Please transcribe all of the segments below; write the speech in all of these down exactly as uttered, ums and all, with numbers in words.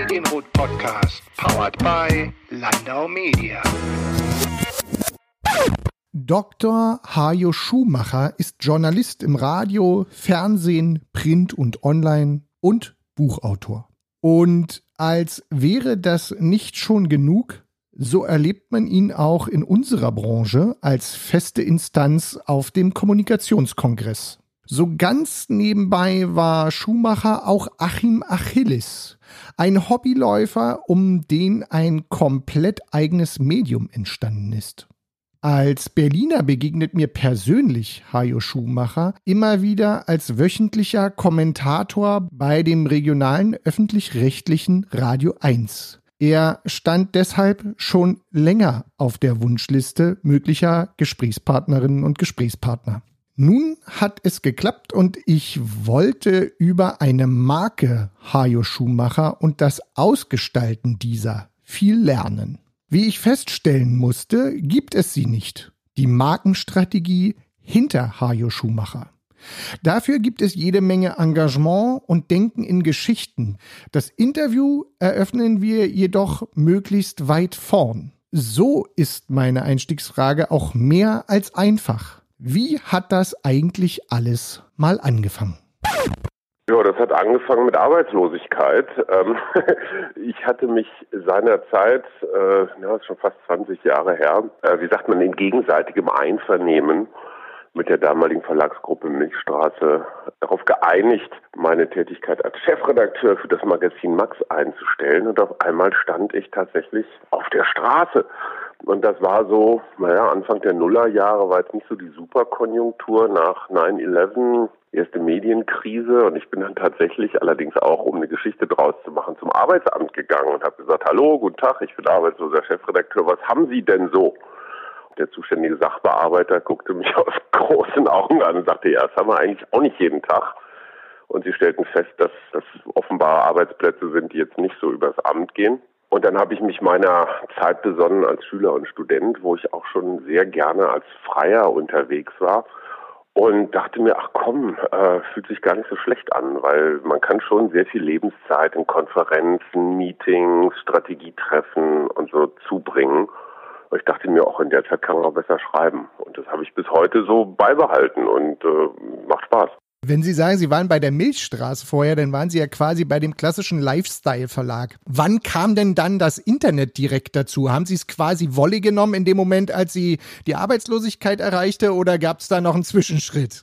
Podcast, powered by Landau Media. Doktor Hajo Schumacher ist Journalist im Radio, Fernsehen, Print und Online und Buchautor. Und als wäre das nicht schon genug, so erlebt man ihn auch in unserer Branche als feste Instanz auf dem Kommunikationskongress. So ganz nebenbei war Schumacher auch Achim Achilles, ein Hobbyläufer, um den ein komplett eigenes Medium entstanden ist. Als Berliner begegnet mir persönlich Hajo Schumacher immer wieder als wöchentlicher Kommentator bei dem regionalen öffentlich-rechtlichen Radio eins. Er stand deshalb schon länger auf der Wunschliste möglicher Gesprächspartnerinnen und Gesprächspartner. Nun hat es geklappt und ich wollte über eine Marke Hajo Schumacher und das Ausgestalten dieser viel lernen. Wie ich feststellen musste, gibt es sie nicht. Die Markenstrategie hinter Hajo Schumacher. Dafür gibt es jede Menge Engagement und Denken in Geschichten. Das Interview eröffnen wir jedoch möglichst weit vorn. So ist meine Einstiegsfrage auch mehr als einfach. Wie hat das eigentlich alles mal angefangen? Ja, das hat angefangen mit Arbeitslosigkeit. Ich hatte mich seinerzeit, äh, ja, ist schon fast zwanzig Jahre her, äh, wie sagt man, in gegenseitigem Einvernehmen mit der damaligen Verlagsgruppe Milchstraße darauf geeinigt, meine Tätigkeit als Chefredakteur für das Magazin Max einzustellen. Und auf einmal stand ich tatsächlich auf der Straße. Und das war so, naja, Anfang der Nullerjahre war jetzt nicht so die Superkonjunktur nach neun elf, erste Medienkrise. Und ich bin dann tatsächlich allerdings auch, um eine Geschichte draus zu machen, zum Arbeitsamt gegangen und habe gesagt, hallo, guten Tag, ich bin arbeitsloser Chefredakteur, was haben Sie denn so? Der zuständige Sachbearbeiter guckte mich aus großen Augen an und sagte, ja, das haben wir eigentlich auch nicht jeden Tag. Und sie stellten fest, dass das offenbar Arbeitsplätze sind, die jetzt nicht so übers Amt gehen. Und dann habe ich mich meiner Zeit besonnen als Schüler und Student, wo ich auch schon sehr gerne als Freier unterwegs war und dachte mir, ach komm, äh, fühlt sich gar nicht so schlecht an, weil man kann schon sehr viel Lebenszeit in Konferenzen, Meetings, Strategietreffen und so zubringen. Und ich dachte mir, auch in der Zeit kann man auch besser schreiben. Und das habe ich bis heute so beibehalten und äh, macht Spaß. Wenn Sie sagen, Sie waren bei der Milchstraße vorher, dann waren Sie ja quasi bei dem klassischen Lifestyle-Verlag. Wann kam denn dann das Internet direkt dazu? Haben Sie es quasi Wolle genommen in dem Moment, als Sie die Arbeitslosigkeit erreichte, oder gab es da noch einen Zwischenschritt?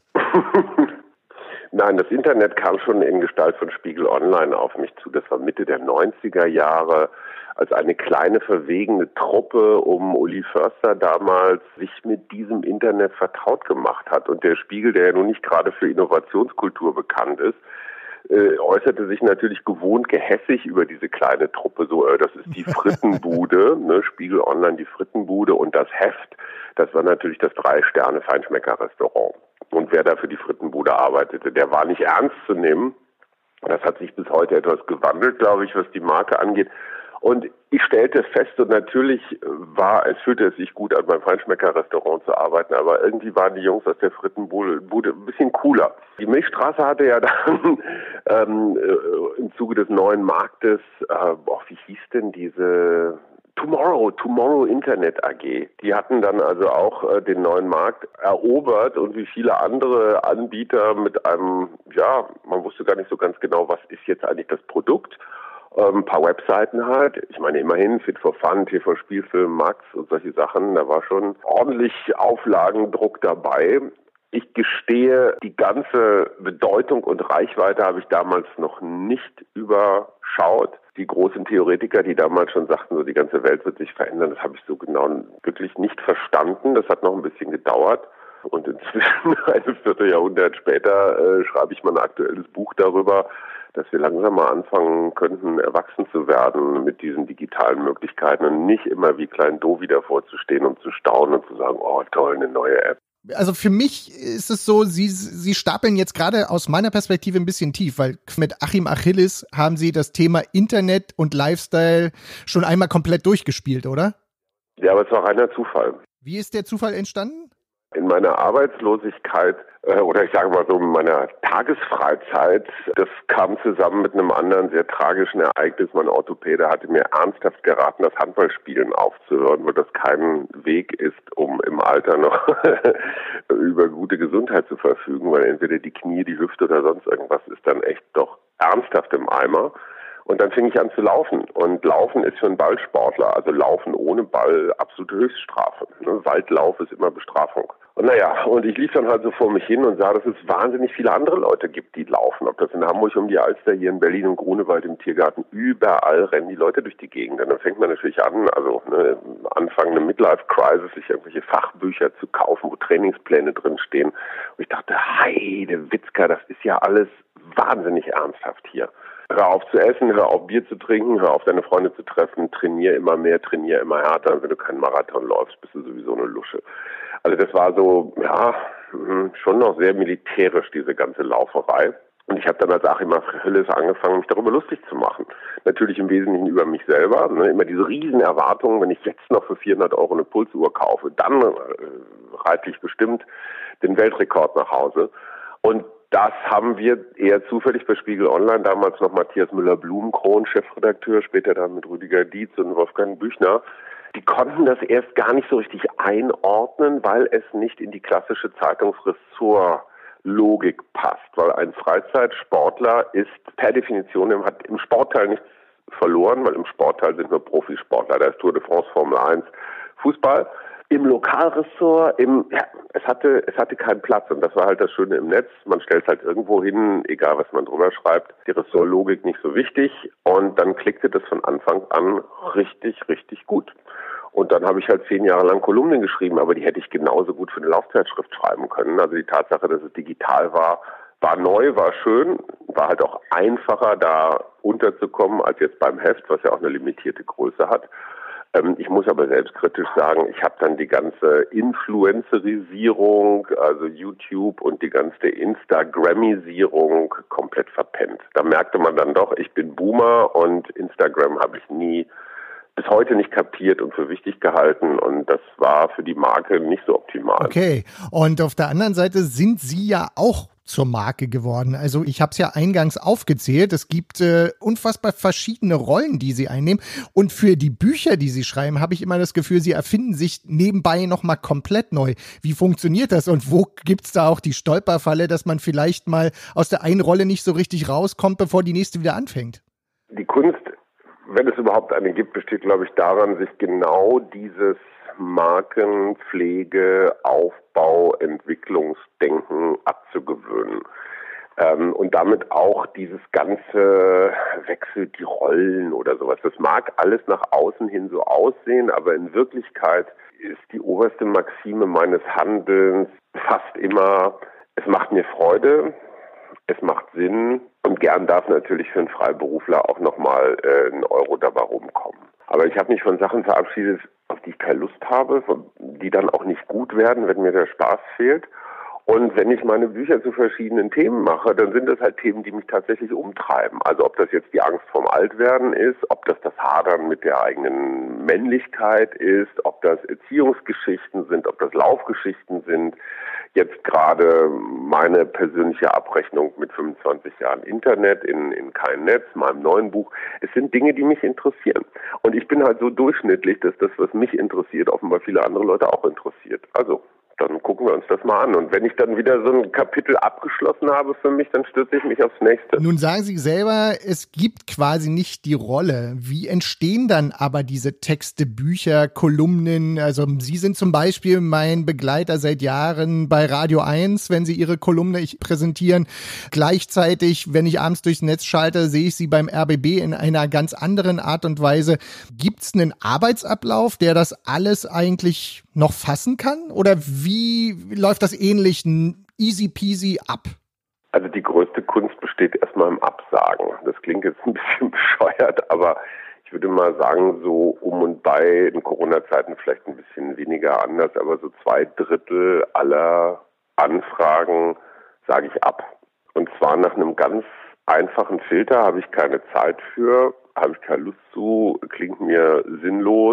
Nein, das Internet kam schon in Gestalt von Spiegel Online auf mich zu. Das war Mitte der neunziger Jahre, als eine kleine verwegene Truppe um Uli Förster damals sich mit diesem Internet vertraut gemacht hat. Und der Spiegel, der ja nun nicht gerade für Innovationskultur bekannt ist, äh, äußerte sich natürlich gewohnt gehässig über diese kleine Truppe. So, äh, das ist die Frittenbude, ne, Spiegel Online, die Frittenbude, und das Heft, das war natürlich das Drei-Sterne-Feinschmecker-Restaurant. Und wer da für die Frittenbude arbeitete, der war nicht ernst zu nehmen. Das hat sich bis heute etwas gewandelt, glaube ich, was die Marke angeht. Und ich stellte fest, und natürlich war, es fühlte es sich gut an, beim Feinschmecker-Restaurant zu arbeiten, aber irgendwie waren die Jungs aus der Frittenbude ein bisschen cooler. Die Milchstraße hatte ja dann ähm, im Zuge des neuen Marktes, äh, boah, wie hieß denn diese Tomorrow, Tomorrow Internet A G. Die hatten dann also auch äh, den neuen Markt erobert und wie viele andere Anbieter mit einem, ja, man wusste gar nicht so ganz genau, was ist jetzt eigentlich das Produkt. Ein paar Webseiten halt. Ich meine, immerhin Fit for Fun, T V Spielfilm, Max und solche Sachen. Da war schon ordentlich Auflagendruck dabei. Ich gestehe, die ganze Bedeutung und Reichweite habe ich damals noch nicht überschaut. Die großen Theoretiker, die damals schon sagten, so die ganze Welt wird sich verändern, das habe ich so genau wirklich nicht verstanden. Das hat noch ein bisschen gedauert. Und inzwischen, ein Vierteljahrhundert später, äh, schreibe ich mal ein aktuelles Buch darüber, dass wir langsam mal anfangen könnten, erwachsen zu werden mit diesen digitalen Möglichkeiten und nicht immer wie Klein Dovi davor zu stehen und zu staunen und zu sagen, oh toll, eine neue App. Also für mich ist es so, Sie, Sie stapeln jetzt gerade aus meiner Perspektive ein bisschen tief, weil mit Achim Achilles haben Sie das Thema Internet und Lifestyle schon einmal komplett durchgespielt, oder? Ja, aber es war reiner Zufall. Wie ist der Zufall entstanden? in meiner Arbeitslosigkeit äh, oder ich sage mal so in meiner Tagesfreizeit, das kam zusammen mit einem anderen sehr tragischen Ereignis. Mein Orthopäde hatte mir ernsthaft geraten, das Handballspielen aufzuhören, weil das kein Weg ist, um im Alter noch über gute Gesundheit zu verfügen, weil entweder die Knie, die Hüfte oder sonst irgendwas ist dann echt doch ernsthaft im Eimer. Und dann fing ich an zu laufen. Und Laufen ist für einen Ballsportler, also Laufen ohne Ball, absolute Höchststrafe. Ne? Waldlauf ist immer Bestrafung. Und naja, und ich lief dann halt so vor mich hin und sah, dass es wahnsinnig viele andere Leute gibt, die laufen. Ob das in Hamburg um die Alster, hier in Berlin, im Grunewald, im Tiergarten, überall rennen die Leute durch die Gegend. Und dann fängt man natürlich an, also ne, Anfang eine Midlife-Crisis, sich irgendwelche Fachbücher zu kaufen, wo Trainingspläne drinstehen. Und ich dachte, Heide Witzka, das ist ja alles wahnsinnig ernsthaft hier. Hör auf zu essen, hör auf Bier zu trinken, hör auf deine Freunde zu treffen, trainier immer mehr, trainier immer härter. Und wenn du keinen Marathon läufst, bist du sowieso eine Lusche. Also das war so, ja, schon noch sehr militärisch, diese ganze Lauferei. Und ich habe dann als Achim Achilles angefangen, mich darüber lustig zu machen. Natürlich im Wesentlichen über mich selber. Ne? Immer diese riesen Erwartungen, wenn ich jetzt noch für vierhundert Euro eine Pulsuhr kaufe, dann äh, reite ich bestimmt den Weltrekord nach Hause. Und das haben wir eher zufällig bei Spiegel Online, damals noch Matthias Müller-Blumenkron, Chefredakteur, später dann mit Rüdiger Dietz und Wolfgang Büchner. Die konnten das erst gar nicht so richtig einordnen, weil es nicht in die klassische Zeitungsressortlogik passt. Weil ein Freizeitsportler ist per Definition, hat im Sportteil nichts verloren, weil im Sportteil sind nur Profisportler. Da ist Tour de France, Formel eins, Fußball. Im Lokalressort, im, ja, es hatte, es hatte keinen Platz und das war halt das Schöne im Netz. Man stellt es halt irgendwo hin, egal was man drüber schreibt, die Ressortlogik nicht so wichtig und dann klickte das von Anfang an richtig, richtig gut. Und dann habe ich halt zehn Jahre lang Kolumnen geschrieben, aber die hätte ich genauso gut für eine Laufzeitschrift schreiben können. Also die Tatsache, dass es digital war, war neu, war schön, war halt auch einfacher, da unterzukommen als jetzt beim Heft, was ja auch eine limitierte Größe hat. Ich muss aber selbstkritisch sagen, ich habe dann die ganze Influencerisierung, also YouTube und die ganze Instagramisierung komplett verpennt. Da merkte man dann doch, ich bin Boomer und Instagram habe ich nie, bis heute nicht kapiert und für wichtig gehalten und das war für die Marke nicht so optimal. Okay, und auf der anderen Seite sind Sie ja auch zur Marke geworden. Also ich habe es ja eingangs aufgezählt. Es gibt äh, unfassbar verschiedene Rollen, die Sie einnehmen. Und für die Bücher, die Sie schreiben, habe ich immer das Gefühl, Sie erfinden sich nebenbei nochmal komplett neu. Wie funktioniert das? Und wo gibt's da auch die Stolperfalle, dass man vielleicht mal aus der einen Rolle nicht so richtig rauskommt, bevor die nächste wieder anfängt? Die Kunst, wenn es überhaupt eine gibt, besteht, glaube ich, daran, sich genau dieses Markenpflege, Aufbau, Entwicklungsdenken abzugewöhnen. Ähm, und damit auch dieses ganze wechselt die Rollen oder sowas. Das mag alles nach außen hin so aussehen, aber in Wirklichkeit ist die oberste Maxime meines Handelns fast immer, es macht mir Freude, es macht Sinn und gern darf natürlich für einen Freiberufler auch nochmal äh, ein Euro dabei rumkommen. Aber ich habe mich von Sachen verabschiedet, auf die ich keine Lust habe, die dann auch nicht gut werden, wenn mir der Spaß fehlt. Und wenn ich meine Bücher zu verschiedenen Themen mache, dann sind das halt Themen, die mich tatsächlich umtreiben. Also ob das jetzt die Angst vorm Altwerden ist, ob das das Hadern mit der eigenen Männlichkeit ist, ob das Erziehungsgeschichten sind, ob das Laufgeschichten sind. Jetzt gerade meine persönliche Abrechnung mit fünfundzwanzig Jahren Internet in, in kein Netz, meinem neuen Buch. Es sind Dinge, die mich interessieren. Und ich bin halt so durchschnittlich, dass das, was mich interessiert, offenbar viele andere Leute auch interessiert. Also, dann gucken wir uns das mal an. Und wenn ich dann wieder so ein Kapitel abgeschlossen habe für mich, dann stürze ich mich aufs nächste. Nun sagen Sie selber, es gibt quasi nicht die Rolle. Wie entstehen dann aber diese Texte, Bücher, Kolumnen? Also Sie sind zum Beispiel mein Begleiter seit Jahren bei Radio eins, wenn Sie Ihre Kolumne präsentieren. Gleichzeitig, wenn ich abends durchs Netz schalte, sehe ich Sie beim R B B in einer ganz anderen Art und Weise. Gibt es einen Arbeitsablauf, der das alles eigentlich noch fassen kann? Oder wie läuft das ähnlich easy peasy ab? Also die größte Kunst besteht erstmal im Absagen. Das klingt jetzt ein bisschen bescheuert, aber ich würde mal sagen, so um und bei in Corona-Zeiten vielleicht ein bisschen weniger anders, aber so zwei Drittel aller Anfragen sage ich ab. Und zwar nach einem ganz einfachen Filter: habe ich keine Zeit für, habe ich keine Lust zu, klingt mir sinnlos,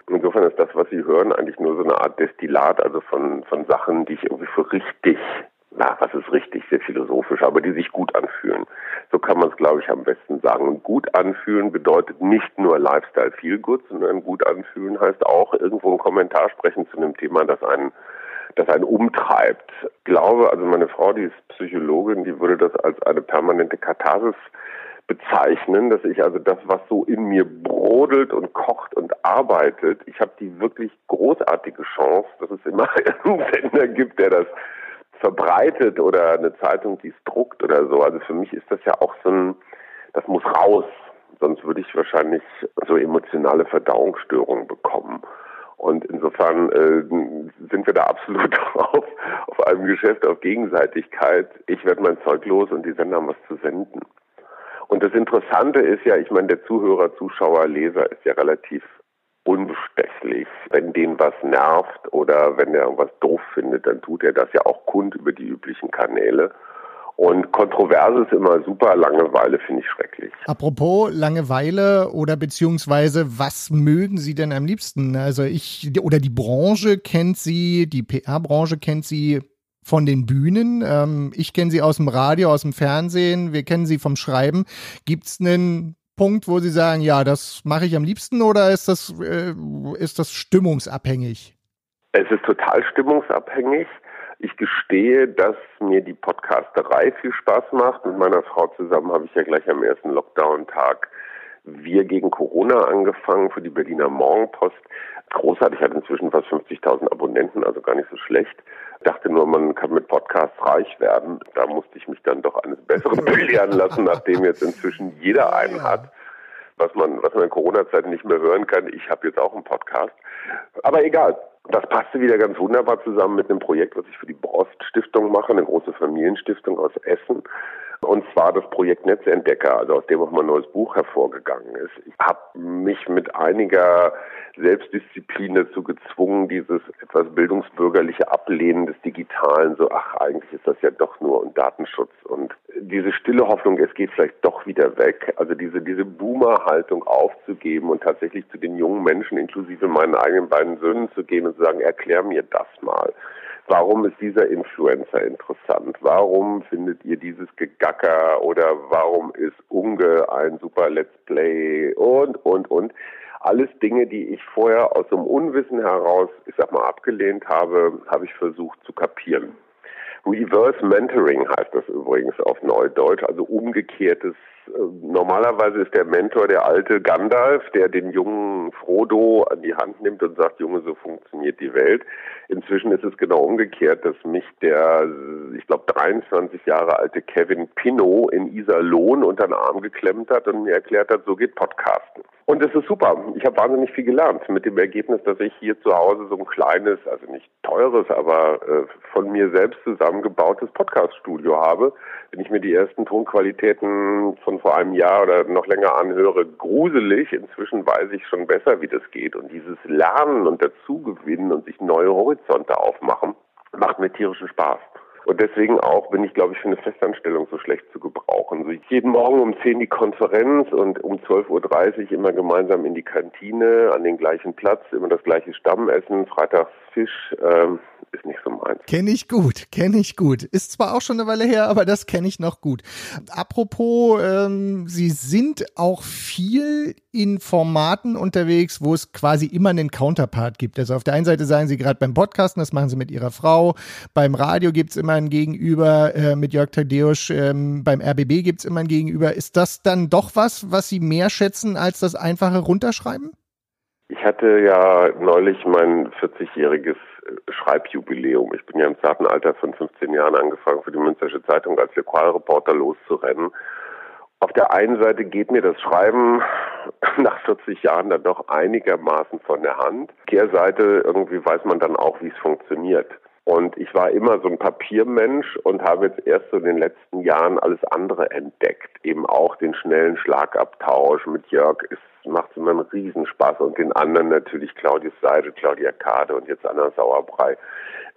Insofern ist das, was Sie hören, eigentlich nur so eine Art Destillat, also von, von Sachen, die ich irgendwie für richtig, na, was ist richtig, sehr philosophisch, aber die sich gut anfühlen. So kann man es, glaube ich, am besten sagen. Und gut anfühlen bedeutet nicht nur Lifestyle Feel Good, sondern gut anfühlen heißt auch irgendwo einen Kommentar sprechen zu einem Thema, das einen, das einen umtreibt. Ich glaube, also meine Frau, die ist Psychologin, die würde das als eine permanente Katharsis bezeichnen, dass ich also das, was so in mir brodelt und kocht und arbeitet, ich habe die wirklich großartige Chance, dass es immer einen Sender gibt, der das verbreitet oder eine Zeitung, die es druckt oder so. Also für mich ist das ja auch so ein, das muss raus, sonst würde ich wahrscheinlich so emotionale Verdauungsstörungen bekommen. Und insofern äh, sind wir da absolut auf, auf einem Geschäft auf Gegenseitigkeit. Ich werde mein Zeug los und die Sender haben was zu senden. Und das Interessante ist ja, ich meine, der Zuhörer, Zuschauer, Leser ist ja relativ unbestechlich. Wenn den was nervt oder wenn er irgendwas doof findet, dann tut er das ja auch kund über die üblichen Kanäle. Und Kontroverse ist immer super, Langeweile finde ich schrecklich. Apropos Langeweile oder beziehungsweise, was mögen Sie denn am liebsten? Also ich, oder die Branche kennt Sie, die P R-Branche kennt Sie von den Bühnen. Ähm, ich kenne Sie aus dem Radio, aus dem Fernsehen. Wir kennen Sie vom Schreiben. Gibt es einen Punkt, wo Sie sagen, ja, das mache ich am liebsten, oder ist das, äh, ist das stimmungsabhängig? Es ist total stimmungsabhängig. Ich gestehe, dass mir die Podcasterei viel Spaß macht. Mit meiner Frau zusammen habe ich ja gleich am ersten Lockdown-Tag Wir gegen Corona angefangen für die Berliner Morgenpost. Großartig, hat inzwischen fast fünfzigtausend Abonnenten, also gar nicht so schlecht. Ich dachte nur, man kann mit Podcasts reich werden. Da musste ich mich dann doch eines Besseren belehren lassen, nachdem jetzt inzwischen jeder einen hat. Was man, was man in Corona-Zeiten nicht mehr hören kann. Ich habe jetzt auch einen Podcast. Aber egal. Das passte wieder ganz wunderbar zusammen mit einem Projekt, was ich für die Borst-Stiftung mache, eine große Familienstiftung aus Essen. Und zwar das Projekt Netzentdecker, also aus dem auch mein neues Buch hervorgegangen ist. Ich habe mich mit einiger Selbstdisziplin dazu gezwungen, dieses etwas bildungsbürgerliche Ablehnen des Digitalen, so, ach, eigentlich ist das ja doch nur ein Datenschutz. Und diese stille Hoffnung, es geht vielleicht doch wieder weg, also diese, diese Boomer-Haltung aufzugeben und tatsächlich zu den jungen Menschen, inklusive meinen eigenen beiden Söhnen, zu gehen und zu sagen, erklär mir das mal. Warum ist dieser Influencer interessant? Warum findet ihr dieses Gegacker oder warum ist Unge ein super Let's Play und, und, und. Alles Dinge, die ich vorher aus dem Unwissen heraus, ich sag mal, abgelehnt habe, habe ich versucht zu kapieren. Reverse Mentoring heißt das übrigens auf Neudeutsch, also umgekehrtes. Normalerweise ist der Mentor der alte Gandalf, der den jungen Frodo an die Hand nimmt und sagt, Junge, so funktioniert die Welt. Inzwischen ist es genau umgekehrt, dass mich der, ich glaube, dreiundzwanzig Jahre alte Kevin Pinot in Iserlohn unter den Arm geklemmt hat und mir erklärt hat, so geht Podcasten. Und das ist super. Ich habe wahnsinnig viel gelernt mit dem Ergebnis, dass ich hier zu Hause so ein kleines, also nicht teures, aber äh, von mir selbst zusammengebautes Podcast-Studio habe. Wenn ich mir die ersten Tonqualitäten von vor einem Jahr oder noch länger anhöre, gruselig. Inzwischen weiß ich schon besser, wie das geht. Und dieses Lernen und Dazugewinnen und sich neue Horizonte aufmachen, macht mir tierischen Spaß. Und deswegen auch bin ich, glaube ich, für eine Festanstellung so schlecht zu gebrauchen. So jeden Morgen um zehn die Konferenz und um zwölf Uhr dreißig immer gemeinsam in die Kantine, an den gleichen Platz, immer das gleiche Stammessen, freitags Fisch, ähm, ist nicht so meins. Kenne ich gut, kenne ich gut. Ist zwar auch schon eine Weile her, aber das kenne ich noch gut. Apropos, ähm, Sie sind auch viel in Formaten unterwegs, wo es quasi immer einen Counterpart gibt. Also auf der einen Seite sagen Sie gerade beim Podcasten, das machen Sie mit Ihrer Frau. Beim Radio gibt es immer ein Gegenüber, äh, mit Jörg Thaddeus. Ähm, beim R B B gibt es immer ein Gegenüber. Ist das dann doch was, was Sie mehr schätzen als das einfache Runterschreiben? Ich hatte ja neulich mein vierzigjähriges Schreibjubiläum. Ich bin ja im zarten Alter von fünfzehn Jahren angefangen, für die Münstersche Zeitung als Lokalreporter loszurennen. Auf der einen Seite geht mir das Schreiben nach vierzig Jahren dann doch einigermaßen von der Hand. Kehrseite, irgendwie weiß man dann auch, wie es funktioniert. Und ich war immer so ein Papiermensch und habe jetzt erst so in den letzten Jahren alles andere entdeckt. Eben auch den schnellen Schlagabtausch mit Jörg. Es macht immer einen Riesenspaß und den anderen natürlich Claudius Seidel, Claudia Kade und jetzt Anna Sauerbrei.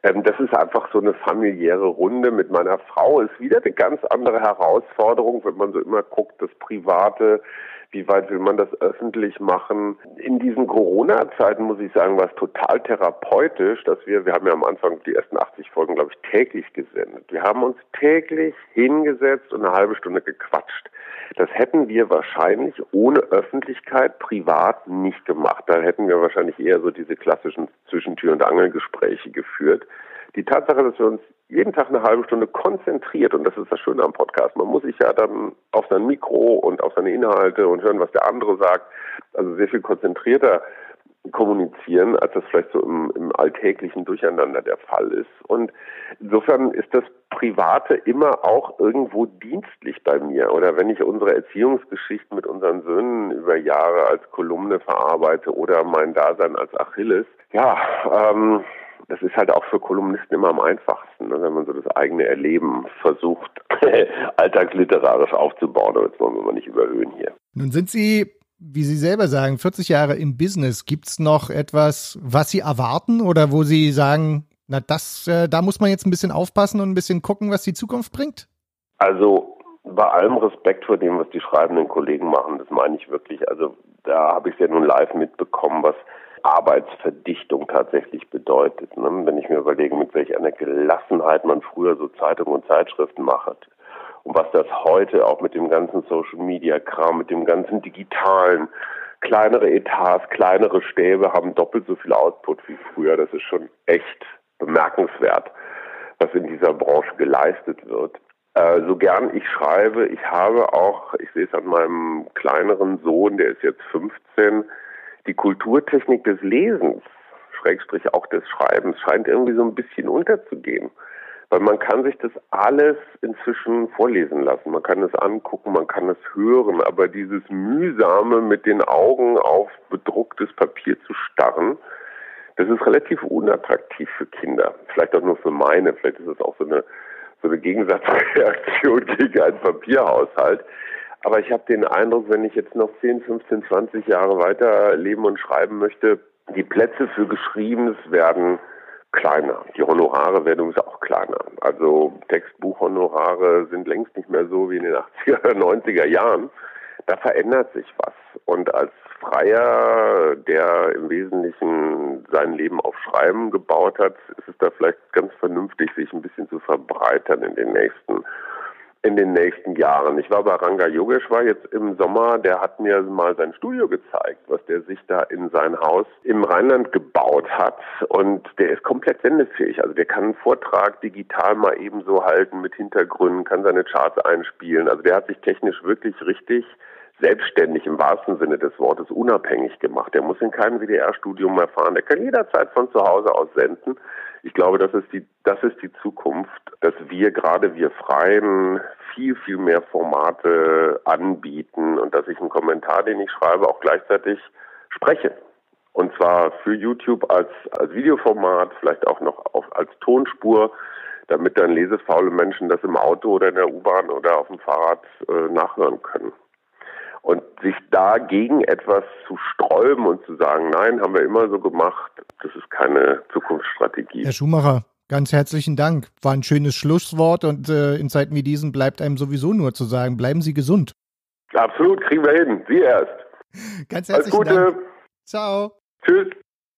Ähm, das ist einfach so eine familiäre Runde. Mit meiner Frau ist wieder eine ganz andere Herausforderung, wenn man so immer guckt, das Private, wie weit will man das öffentlich machen. In diesen Corona-Zeiten, muss ich sagen, war es total therapeutisch, dass wir, wir haben ja am Anfang die ersten achtzig Folgen, glaube ich, täglich gesendet. Wir haben uns täglich hingesetzt und eine halbe Stunde gequatscht. Das hätten wir wahrscheinlich ohne Öffentlichkeit privat nicht gemacht. Da hätten wir wahrscheinlich eher so diese klassischen Zwischentür- und Angelgespräche geführt. Die Tatsache, dass wir uns jeden Tag eine halbe Stunde konzentriert, und das ist das Schöne am Podcast, man muss sich ja dann auf sein Mikro und auf seine Inhalte und hören, was der andere sagt, also sehr viel konzentrierter kommunizieren, als das vielleicht so im, im alltäglichen Durcheinander der Fall ist. Und insofern ist das Private immer auch irgendwo dienstlich bei mir. Oder wenn ich unsere Erziehungsgeschichten mit unseren Söhnen über Jahre als Kolumne verarbeite oder mein Dasein als Achilles, ja, ähm, das ist halt auch für Kolumnisten immer am einfachsten, ne, wenn man so das eigene Erleben versucht, alltagsliterarisch aufzubauen. Aber jetzt wollen wir mal nicht überhöhen hier. Nun sind Sie, wie Sie selber sagen, vierzig Jahre im Business. Gibt's noch etwas, was Sie erwarten oder wo Sie sagen, na das, äh, da muss man jetzt ein bisschen aufpassen und ein bisschen gucken, was die Zukunft bringt? Also bei allem Respekt vor dem, was die schreibenden Kollegen machen, das meine ich wirklich. Also da habe ich es ja nun live mitbekommen, was Arbeitsverdichtung tatsächlich bedeutet. Ne? Wenn ich mir überlege, mit welch einer Gelassenheit man früher so Zeitungen und Zeitschriften macht und was das heute auch mit dem ganzen Social-Media-Kram, mit dem ganzen Digitalen, kleinere Etats, kleinere Stäbe haben doppelt so viel Output wie früher. Das ist schon echt bemerkenswert, was in dieser Branche geleistet wird. Äh, so gern ich schreibe, ich habe auch, ich sehe es an meinem kleineren Sohn, der ist jetzt fünfzehn, die Kulturtechnik des Lesens, Schrägstrich auch des Schreibens, scheint irgendwie so ein bisschen unterzugehen. Weil man kann sich das alles inzwischen vorlesen lassen. Man kann es angucken, man kann es hören, aber dieses mühsame mit den Augen auf bedrucktes Papier zu starren, das ist relativ unattraktiv für Kinder. Vielleicht auch nur für meine, vielleicht ist es auch so eine, so eine Gegensatzreaktion gegen einen Papierhaushalt. Aber ich habe den Eindruck, wenn ich jetzt noch zehn, fünfzehn, zwanzig Jahre weiter leben und schreiben möchte, die Plätze für Geschriebenes werden kleiner. Die Honorare werden übrigens auch kleiner. Also Textbuchhonorare sind längst nicht mehr so wie in den achtziger oder neunziger Jahren. Da verändert sich was. Und als Freier, der im Wesentlichen sein Leben auf Schreiben gebaut hat, ist es da vielleicht ganz vernünftig, sich ein bisschen zu verbreitern in den nächsten in den nächsten Jahren. Ich war bei Ranga Yogeshwar jetzt im Sommer, der hat mir mal sein Studio gezeigt, was der sich da in sein Haus im Rheinland gebaut hat, und der ist komplett sendefähig. Also der kann einen Vortrag digital mal ebenso halten mit Hintergründen, kann seine Charts einspielen. Also der hat sich technisch wirklich richtig selbstständig im wahrsten Sinne des Wortes unabhängig gemacht. Der muss in keinem W D R-Studium mehr fahren. Der kann jederzeit von zu Hause aus senden. Ich glaube, das ist die, das ist die Zukunft, dass wir, gerade wir Freien, viel, viel mehr Formate anbieten und dass ich einen Kommentar, den ich schreibe, auch gleichzeitig spreche. Und zwar für YouTube als, als Videoformat, vielleicht auch noch auf, als Tonspur, damit dann lesefaule Menschen das im Auto oder in der U-Bahn oder auf dem Fahrrad äh, nachhören können. Und sich dagegen etwas zu sträuben und zu sagen, nein, haben wir immer so gemacht, das ist keine Zukunftsstrategie. Herr Schumacher, ganz herzlichen Dank. War ein schönes Schlusswort, und äh, in Zeiten wie diesen bleibt einem sowieso nur zu sagen, bleiben Sie gesund. Absolut, kriegen wir hin. Sie erst. Ganz herzlichen Alles Gute. Dank. Ciao. Tschüss.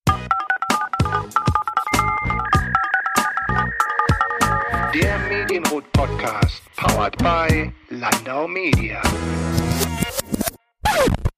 Der Medienrot-Podcast, powered by Landau Media.